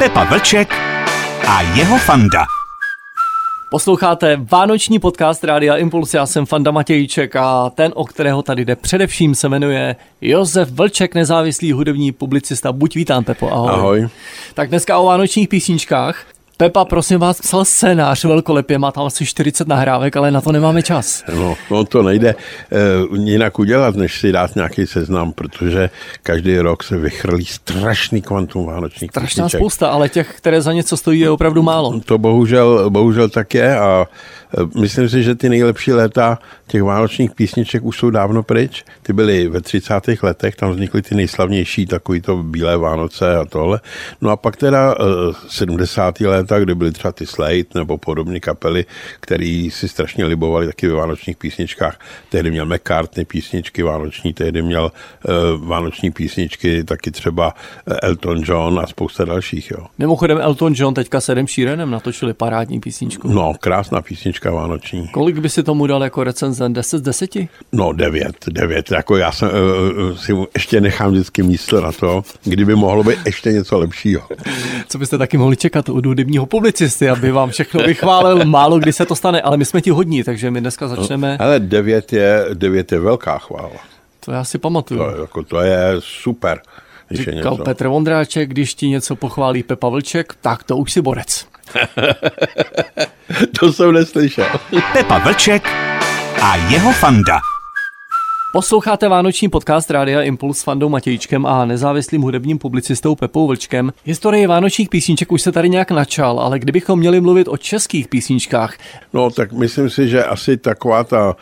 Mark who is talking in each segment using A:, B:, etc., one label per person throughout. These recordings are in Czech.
A: Pepa Vlček a jeho fanda.
B: Posloucháte vánoční podcast Rádia Impuls, já jsem Fanda Matějček a ten, o kterého tady jde především, se jmenuje Josef Vlček, nezávislý hudební publicista. Buď vítám, Pepo, ahoj.
C: Ahoj.
B: Tak dneska o vánočních písničkách. Pepa, prosím vás, psal scénář velkolepě, má tam asi 40 nahrávek, ale na to nemáme čas.
C: No to nejde jinak udělat, než si dát nějaký seznam, protože každý rok se vychrlí strašný kvantum vánočních
B: Strašná
C: písniček.
B: spousta, ale těch, které za něco stojí, je opravdu málo.
C: To bohužel tak je a myslím si, že ty nejlepší léta těch vánočních písniček už jsou dávno pryč. Ty byly ve 30. letech, tam vznikly ty nejslavnější, takový to Bílé Vánoce a tohle. No a pak teda 70. léta, kdy byly třeba ty Slade nebo podobné kapely, který si strašně libovali taky ve vánočních písničkách. Tehdy měl McCartney písničky vánoční, tehdy měl vánoční písničky taky třeba Elton John a spousta dalších. Jo.
B: Mimochodem Elton John teďka s Edem Sheeranem natočili parádní písničku.
C: No, krásná písnička vánoční.
B: Kolik by si tomu dal jako recenzent? 10 z 10?
C: No 9. Jako já jsem, si ještě nechám vždycky místo na to, kdyby mohlo být ještě něco lepšího.
B: Co byste taky mohli čekat od hudebního publicisty, aby vám všechno vychválil, málo kdy se to stane, ale my jsme ti hodní, takže my dneska začneme.
C: Ale 9 je velká chvála.
B: To já si pamatuju.
C: To je super.
B: Říkal Petr Vondráček, když ti něco pochválí Pepa Vlček, tak to už si borec.
C: To jsem neslyšel.
A: Pepa Vlček a jeho fanda.
B: Posloucháte vánoční podcast Rádia Impuls s Fandou Matějčkem a nezávislým hudebním publicistou Pepou Vlčkem. Historie vánočních písniček už se tady nějak načal, ale kdybychom měli mluvit o českých písničkách?
C: No tak myslím si, že asi taková ta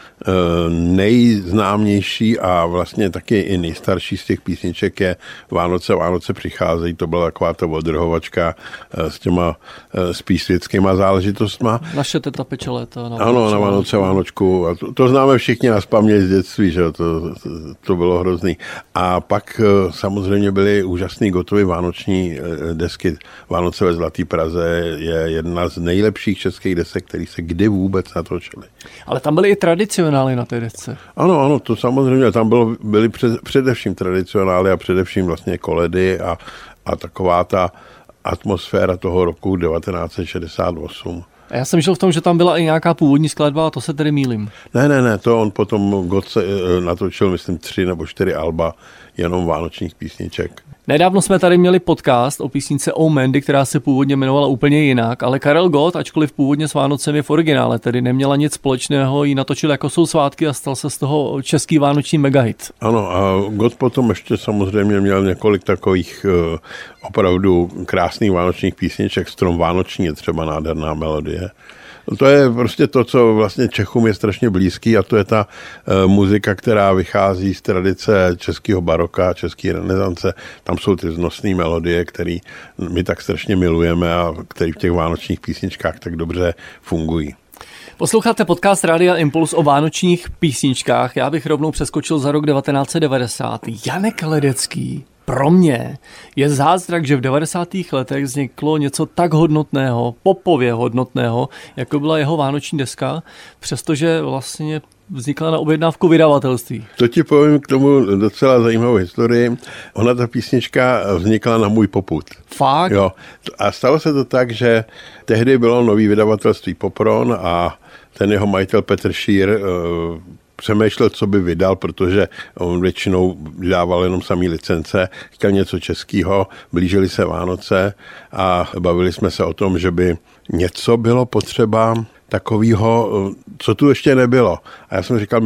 C: nejznámější a vlastně taky i nejstarší z těch písniček je Vánoce přicházejí. To byla taková ta odrhovačka s těma spíš světskýma záležitostma.
B: Naše teta peče léta.
C: Ano, na Vánoce, Vánočku. A to známe všichni na spaměť z dětství, že to bylo hrozný. A pak samozřejmě byly úžasný gotový vánoční desky. Vánoce ve Zlatý Praze je jedna z nejlepších českých desek, které se kdy vůbec natočily.
B: Ale tam byly i tradicionály na té desce.
C: Ano, to samozřejmě. Tam byly především tradicionály a především vlastně koledy a taková ta atmosféra toho roku 1968.
B: A já jsem žil v tom, že tam byla i nějaká původní skladba a to se tedy mýlím.
C: Ne, to on potom natočil, myslím, 3 nebo 4 alba jenom vánočních písniček.
B: Nedávno jsme tady měli podcast o písnice Oh Mandy, která se původně jmenovala úplně jinak, ale Karel Gott, ačkoliv původně s Vánocemi v originále, tedy neměla nic společného, ji natočil jako Jsou svátky a stal se z toho český vánoční megahit. Ano,
C: a Gott potom ještě samozřejmě měl několik takových opravdu krásných vánočních písniček. Strom vánoční je třeba nádherná melodie. To je prostě to, co vlastně Čechům je strašně blízký a to je ta muzika, která vychází z tradice českého baroka, české renesance. Tam jsou ty vznosné melodie, které my tak strašně milujeme a které v těch vánočních písničkách tak dobře fungují.
B: Posloucháte podcast Rádia Impuls o vánočních písničkách. Já bych rovnou přeskočil za rok 1990. Janek Ledecký pro mě je zázrak, že v 90. letech vzniklo něco tak hodnotného, popově hodnotného, jako byla jeho vánoční deska, přestože vlastně vznikla na objednávku vydavatelství.
C: To ti povím k tomu docela zajímavou historii. Ona, ta písnička, vznikla na můj popud.
B: Fakt?
C: Jo. A stalo se to tak, že tehdy bylo nový vydavatelství Popron a ten jeho majitel Petr Šír přemýšlel, co by vydal, protože on většinou vydával jenom samý licence, chtěl něco českého, blížily se Vánoce a bavili jsme se o tom, že by něco bylo potřeba takového, co tu ještě nebylo. A já jsem říkal,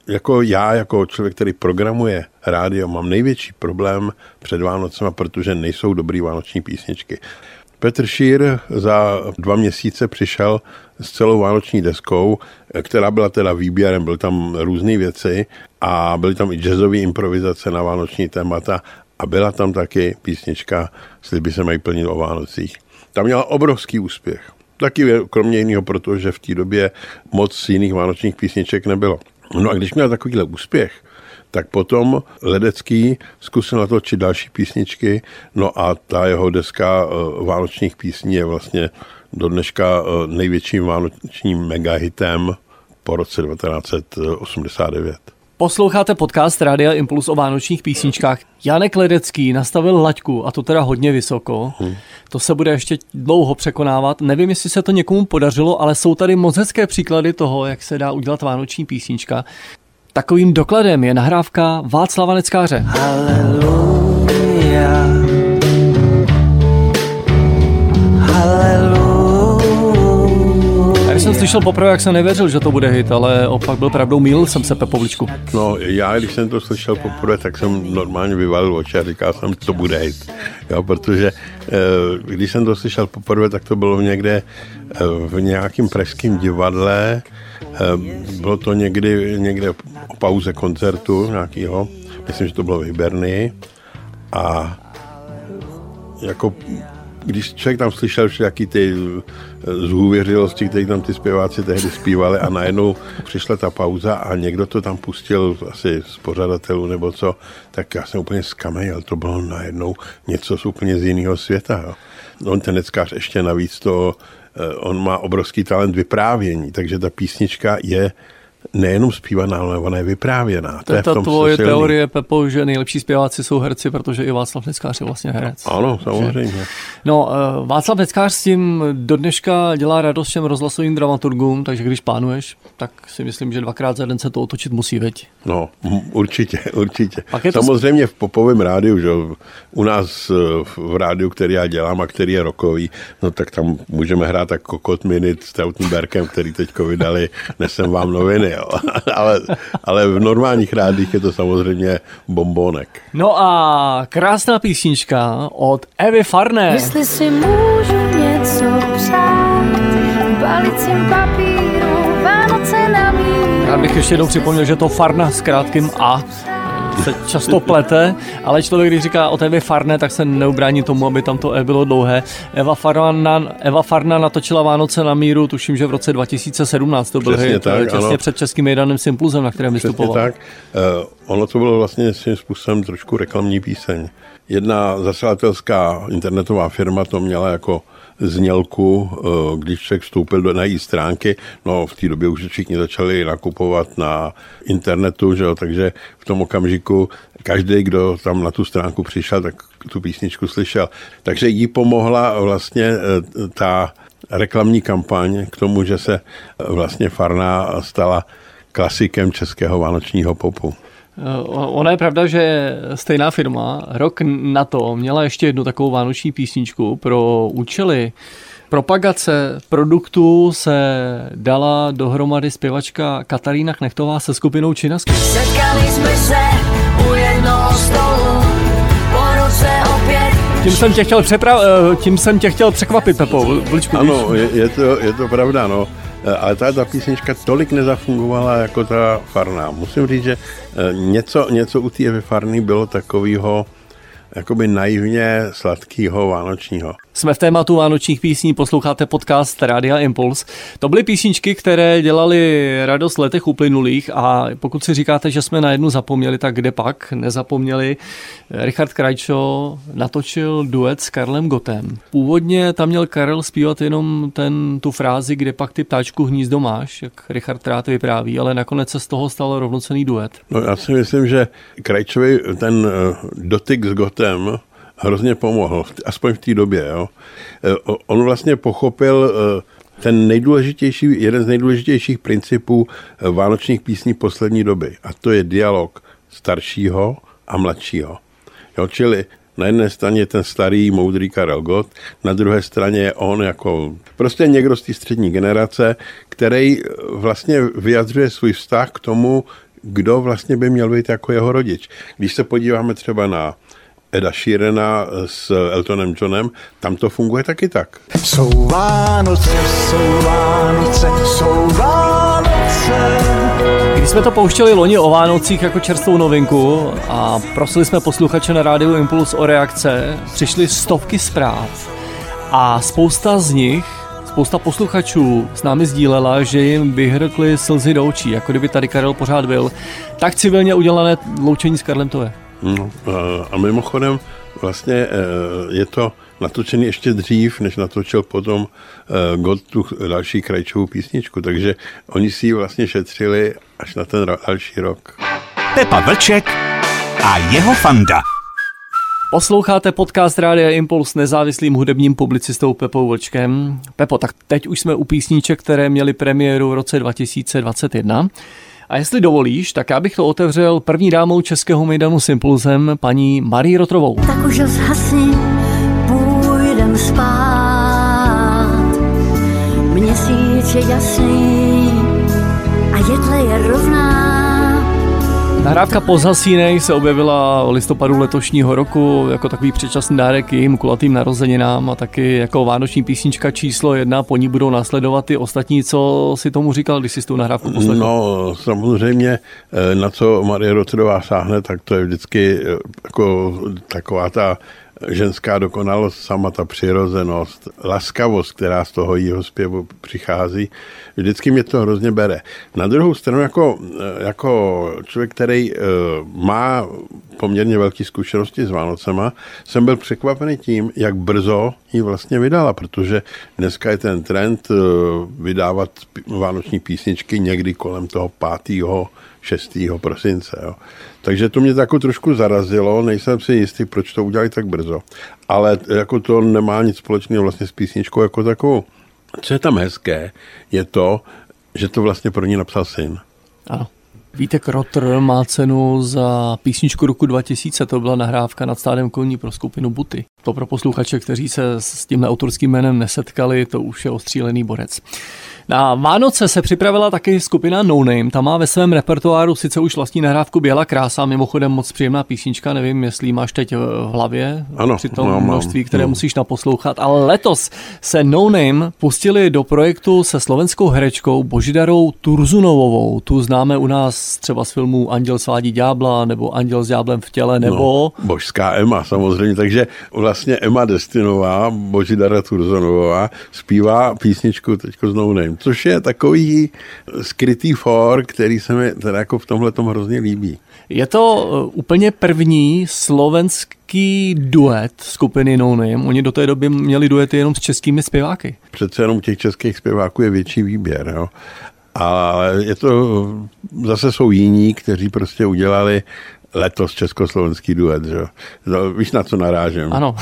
C: jako člověk, který programuje rádio, mám největší problém před Vánocema, protože nejsou dobrý vánoční písničky. Petr Šír za 2 měsíce přišel s celou vánoční deskou, která byla teda výběrem, byly tam různé věci a byly tam i jazzové improvizace na vánoční témata a byla tam taky písnička Sliby se mají plnit o Vánocích. Tam měla obrovský úspěch. Taky kromě jiného, protože v té době moc jiných vánočních písniček nebylo. No a když měl takovýhle úspěch, tak potom Ledecký zkusil natočit další písničky, no a ta jeho deska vánočních písní je vlastně do dneška největším vánočním megahitem po roce 1989.
B: Posloucháte podcast Rádia Impuls o vánočních písničkách. Janek Ledecký nastavil laťku, a to teda hodně vysoko. To se bude ještě dlouho překonávat. Nevím, jestli se to někomu podařilo, ale jsou tady moc hezké příklady toho, jak se dá udělat vánoční písnička. Takovým dokladem je nahrávka Václava Neckáře. Haleluja. Haleluja. Když jsem slyšel poprvé, jak jsem nevěřil, že to bude hit, ale opak byl pravdou, mýlil jsem se, Pepouličku.
C: No, já, když jsem to slyšel poprvé, tak jsem normálně vyvalil oči a říkal jsem, to bude hit. Jo, protože když jsem to slyšel poprvé, tak to bylo někde v nějakém pražském divadle, bylo to někde o pauze koncertu nějakého, myslím, že to bylo v Hybernii a jako když člověk tam slyšel všaký ty zhůvěřilosti, které tam ty zpěváci tehdy zpívali a najednou přišla ta pauza a někdo to tam pustil asi z pořadatelů nebo co, tak já jsem úplně zkamejel. To bylo najednou něco z úplně z jiného světa. Jo. On ten Neckář ještě navíc on má obrovský talent vyprávění, takže ta písnička je nejenom zpívaná, ale ona je vyprávěná.
B: To je ta tvoje teorie, Pepo, že nejlepší zpěváci jsou herci, protože i Václav Neckář je vlastně herec.
C: Ano, samozřejmě.
B: No, Václav Neckář s tím do dneška dělá radost všem rozhlasovým dramaturgům, takže když plánuješ, tak si myslím, že 2krát za den se to otočit musí, veď?
C: No, určitě. Samozřejmě v popovém rádiu, že u nás v rádiu, který já dělám a který je rockový, no tak tam můžeme hrát tak Kokot Minit s Trautenbergem, který teďko vydali, nesem vám noviny. Ale v normálních rádích je to samozřejmě bombonek.
B: No a krásná písnička od Evy Farné.
D: Jestli si můžu něco přát, balicím papíru, Vánoce na míru.
B: Já bych ještě jednou připomněl, že to Farna s krátkým A se často plete, ale člověk, když říká o Evě Farné, tak se neubrání tomu, aby tam to E bylo dlouhé. Eva Farna natočila Vánoce na míru, tuším, že v roce 2017 to byl hit, těsně před Českým Mejdanem s Impulzem, na kterém vystupoval.
C: Tak. Ono to bylo vlastně svým způsobem trošku reklamní píseň. Jedna zasilatelská internetová firma to měla jako znělku, když člověk vstoupil na její stránky, no v té době už všichni začali nakupovat na internetu, že jo, takže v tom okamžiku každý, kdo tam na tu stránku přišel, tak tu písničku slyšel. Takže jí pomohla vlastně ta reklamní kampaň k tomu, že se vlastně Farná stala klasikem českého vánočního popu.
B: Ona je pravda, že stejná firma rok na to měla ještě jednu takovou vánoční písničku pro účely propagace produktu se dala dohromady zpěvačka Katarína Knechtová se skupinou Činasky.
D: Setkali jsme se u jednoho stolu, po roce opět.
B: Tím jsem tě chtěl překvapit, Pepo. Vlčku,
C: ano, je to pravda, no. Ale ta písnička tolik nezafungovala jako ta Farná. Musím říct, že něco u té Evy Farny bylo takového jakoby naivně sladkého vánočního.
B: Jsme v tématu vánočních písní, posloucháte podcast Rádia Impuls. To byly písničky, které dělaly radost v letech uplynulých a pokud si říkáte, že jsme na jednu zapomněli, tak kde pak nezapomněli. Richard Krajčo natočil duet s Karlem Gottem. Původně tam měl Karel zpívat jenom tu frázi, kde pak ty ptáčku hnízdo máš, jak Richard rád vypráví, ale nakonec se z toho stal rovnocenný duet.
C: No já si myslím, že Krajčovi ten dotyk s Gottem hrozně pomohl, aspoň v té době. Jo. On vlastně pochopil jeden z nejdůležitějších principů vánočních písní poslední doby. A to je dialog staršího a mladšího. Jo, čili na jedné straně je ten starý, moudrý Karel Gott, na druhé straně je on jako prostě někdo z té střední generace, který vlastně vyjadřuje svůj vztah k tomu, kdo vlastně by měl být jako jeho rodič. Když se podíváme třeba na Eda Sheerana s Eltonem Johnem, tam to funguje taky tak.
E: Jsou Vánoce, jsou Vánoce, jsou Vánoce.
B: Když jsme to pouštěli loni o Vánocích jako čerstvou novinku a prosili jsme posluchače na Rádiu Impuls o reakce, přišly stovky zpráv a spousta posluchačů s námi sdílela, že jim vyhrkly slzy do očí, jako kdyby tady Karel pořád byl. Tak civilně udělané loučení s Karlem to je.
C: No, a mimochodem vlastně je to natočený ještě dřív, než natočil potom Gott tu další Krajčovou písničku, takže oni si ji vlastně šetřili až na ten další rok.
A: Pepa Vlček a jeho fanda.
B: Posloucháte podcast Rádia Impuls s nezávislým hudebním publicistou Pepou Vlčkem. Pepo, tak teď už jsme u písniček, které měly premiéru v roce 2021. A jestli dovolíš, tak já bych to otevřel první dámou českého mejdanu s Impulsem, paní Marii Rotrovou.
D: Tak už ho zhasni, půjdem spát. Měsíc je jasný a jedle je rovná.
B: Nahrávka Pozhasínej se objevila v listopadu letošního roku jako takový předčasný dárek jejím kulatým narozeninám a taky jako vánoční písnička číslo 1. Po ní budou následovat ty ostatní. Co si tomu říkal, když jsi tu nahrávku poslechl?
C: No, samozřejmě, na co Marie Rotrová sáhne, tak to je vždycky jako taková ta ženská dokonalost, sama ta přirozenost, laskavost, která z toho jejího zpěvu přichází. Vždycky mě to hrozně bere. Na druhou stranu, jako člověk, který má poměrně velké zkušenosti s Vánocema, jsem byl překvapený tím, jak brzo ji vlastně vydala, protože dneska je ten trend vydávat vánoční písničky někdy kolem toho 5. 6. prosince. Jo. Takže to mě tako trošku zarazilo, nejsem si jistý, proč to udělali tak brzo. Ale jako to nemá nic společného vlastně s písničkou jako takovou. Co je tam hezké, je to, že to vlastně pro ní napsal syn.
B: Ano. Vítek Rotr má cenu za písničku roku 2000, to byla nahrávka Nad stádem koní pro skupinu Buty. To pro posluchače, kteří se s tímhle autorským jménem nesetkali, to už je ostřílený borec. Na Vánoce se připravila taky skupina No Name, ta má ve svém repertoáru sice už vlastní nahrávku Bělá krása, mimochodem moc příjemná písnička, nevím, jestli máš teď v hlavě,
C: ano,
B: při tom množství, které musíš naposlouchat, ale letos se No Name pustili do projektu se slovenskou herečkou Božidarou Turzunovovou, tu známe u nás třeba z filmů Anděl svádí ďábla nebo Anděl s ďáblem v těle, nebo...
C: No, božská Emma samozřejmě, takže vlastně Emma Destinová, Božidara Turzunovová zpívá písničku teďko z No Name, což je takový skrytý for, který se mi teda jako v tomhletom hrozně líbí.
B: Je to úplně první slovenský duet skupiny No Name. Oni do té doby měli duety jenom s českými zpěváky.
C: Přece jenom těch českých zpěváků je větší výběr, jo. Ale je to, zase jsou jiní, kteří prostě udělali letos československý duet, že? Víš, na co narážím?
B: Ano.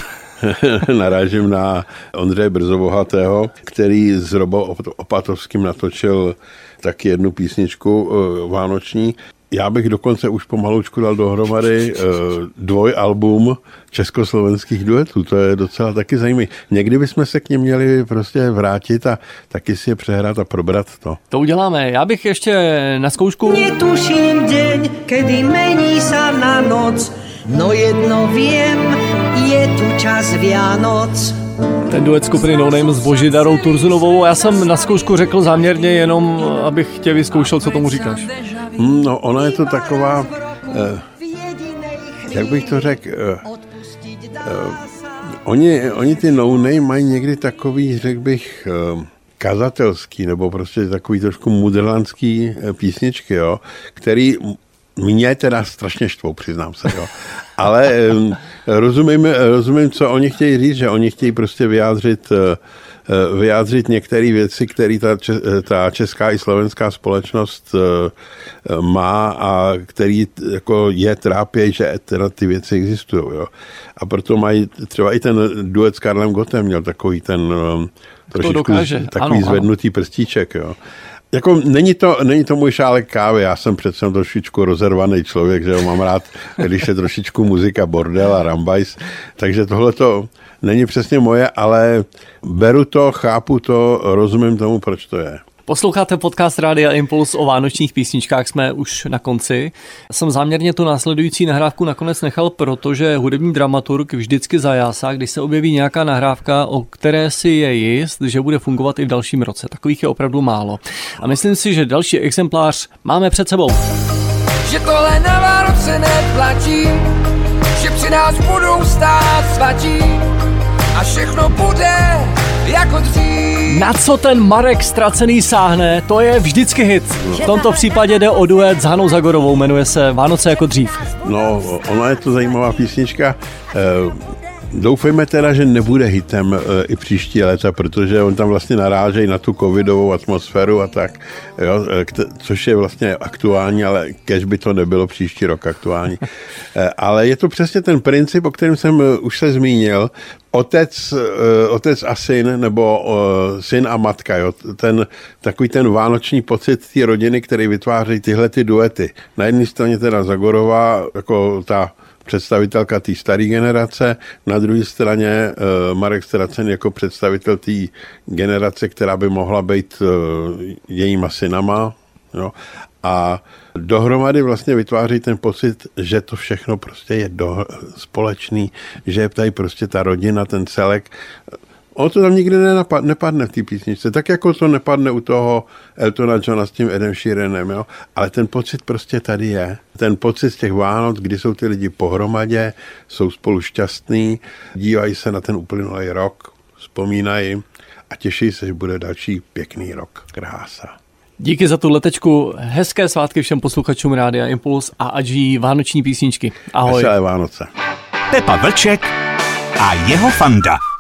C: Narážím na Ondřeje Brzobohatého, který s Robou Opatovským natočil taky jednu písničku vánoční. Já bych dokonce už pomalučku dal dohromady dvojalbum československých duetů. To je docela taky zajímavé. Někdy bychom se k nim měli prostě vrátit a taky si je přehrát a probrat to.
B: To uděláme. Já bych ještě na zkoušku...
F: Netuším deň, kedy mení sa na noc, no jedno viem, je tu čas Vianoc.
B: Ten duet skupiny No Name s Božidarou Turzunovou. Já jsem na zkoušku řekl záměrně jenom, abych tě vyzkoušel, co tomu říkáš.
C: No, ona je to taková, jak bych to řekl, oni ty No Name mají někdy takový, řekl bych, kazatelský, nebo prostě takový trošku mudrlandský písničky, jo, který mě teda strašně štvou, přiznám se, jo. Ale rozumím, co oni chtějí říct, že oni chtějí prostě vyjádřit některé věci, které ta česká i slovenská společnost má a který jako je trápějí, že teda ty věci existují. Jo. A proto mají třeba i ten duet s Karlem Gottem měl takový ten trošičku takový zvednutý prstíček. Jo. Jako není to můj šálek kávy, já jsem přece trošičku rozervaný člověk, že jo, mám rád, když je trošičku muzika bordel a rambajs, takže tohle to není přesně moje, ale beru to, chápu to, rozumím tomu, proč to je.
B: Posloucháte podcast Rádia Impuls o vánočních písničkách, jsme už na konci. Jsem záměrně tu následující nahrávku nakonec nechal, protože hudební dramaturg vždycky zajásá, když se objeví nějaká nahrávka, o které si je jist, že bude fungovat i v dalším roce. Takových je opravdu málo. A myslím si, že další exemplář máme před sebou.
G: Že tohle na Vánoce neplatí, že při nás budou stát svatí a všechno bude jako dřív.
B: Na co ten Marek Ztracený sáhne, to je vždycky hit. V tomto případě jde o duet s Hanou Zagorovou, jmenuje se Vánoce jako dřív.
C: No, ona je to zajímavá písnička. Doufejme teda, že nebude hitem i příští léta, protože on tam vlastně narážejí na tu covidovou atmosféru a tak, jo, což je vlastně aktuální, ale kež by to nebylo příští rok aktuální. Ale je to přesně ten princip, o kterém jsem už se zmínil, otec a syn, nebo syn a matka, jo, takový ten vánoční pocit té rodiny, který vytváří tyhle ty duety. Na jedné straně teda Zagorová, jako ta představitelka té staré generace, na druhé straně Marek Stracen jako představitel té generace, která by mohla být jejíma synama. Jo? A dohromady vlastně vytváří ten pocit, že to všechno prostě je společný, že je tady prostě ta rodina, ten celek. Ono to tam nikdy nepadne v té písničce, tak jako to nepadne u toho Eltona Johna s tím Edem Sheeranem, jo? Ale ten pocit prostě tady je. Ten pocit z těch Vánoc, kdy jsou ty lidi pohromadě, jsou spolu šťastní, dívají se na ten uplynulý rok, vzpomínají a těší se, že bude další pěkný rok. Krása.
B: Díky za tu letečku. Hezké svátky všem posluchačům Rádia Impuls a ať žijí vánoční písničky. Ahoj.
C: Veselé Vánoce.
A: Pepa Vlček a jeho fanda.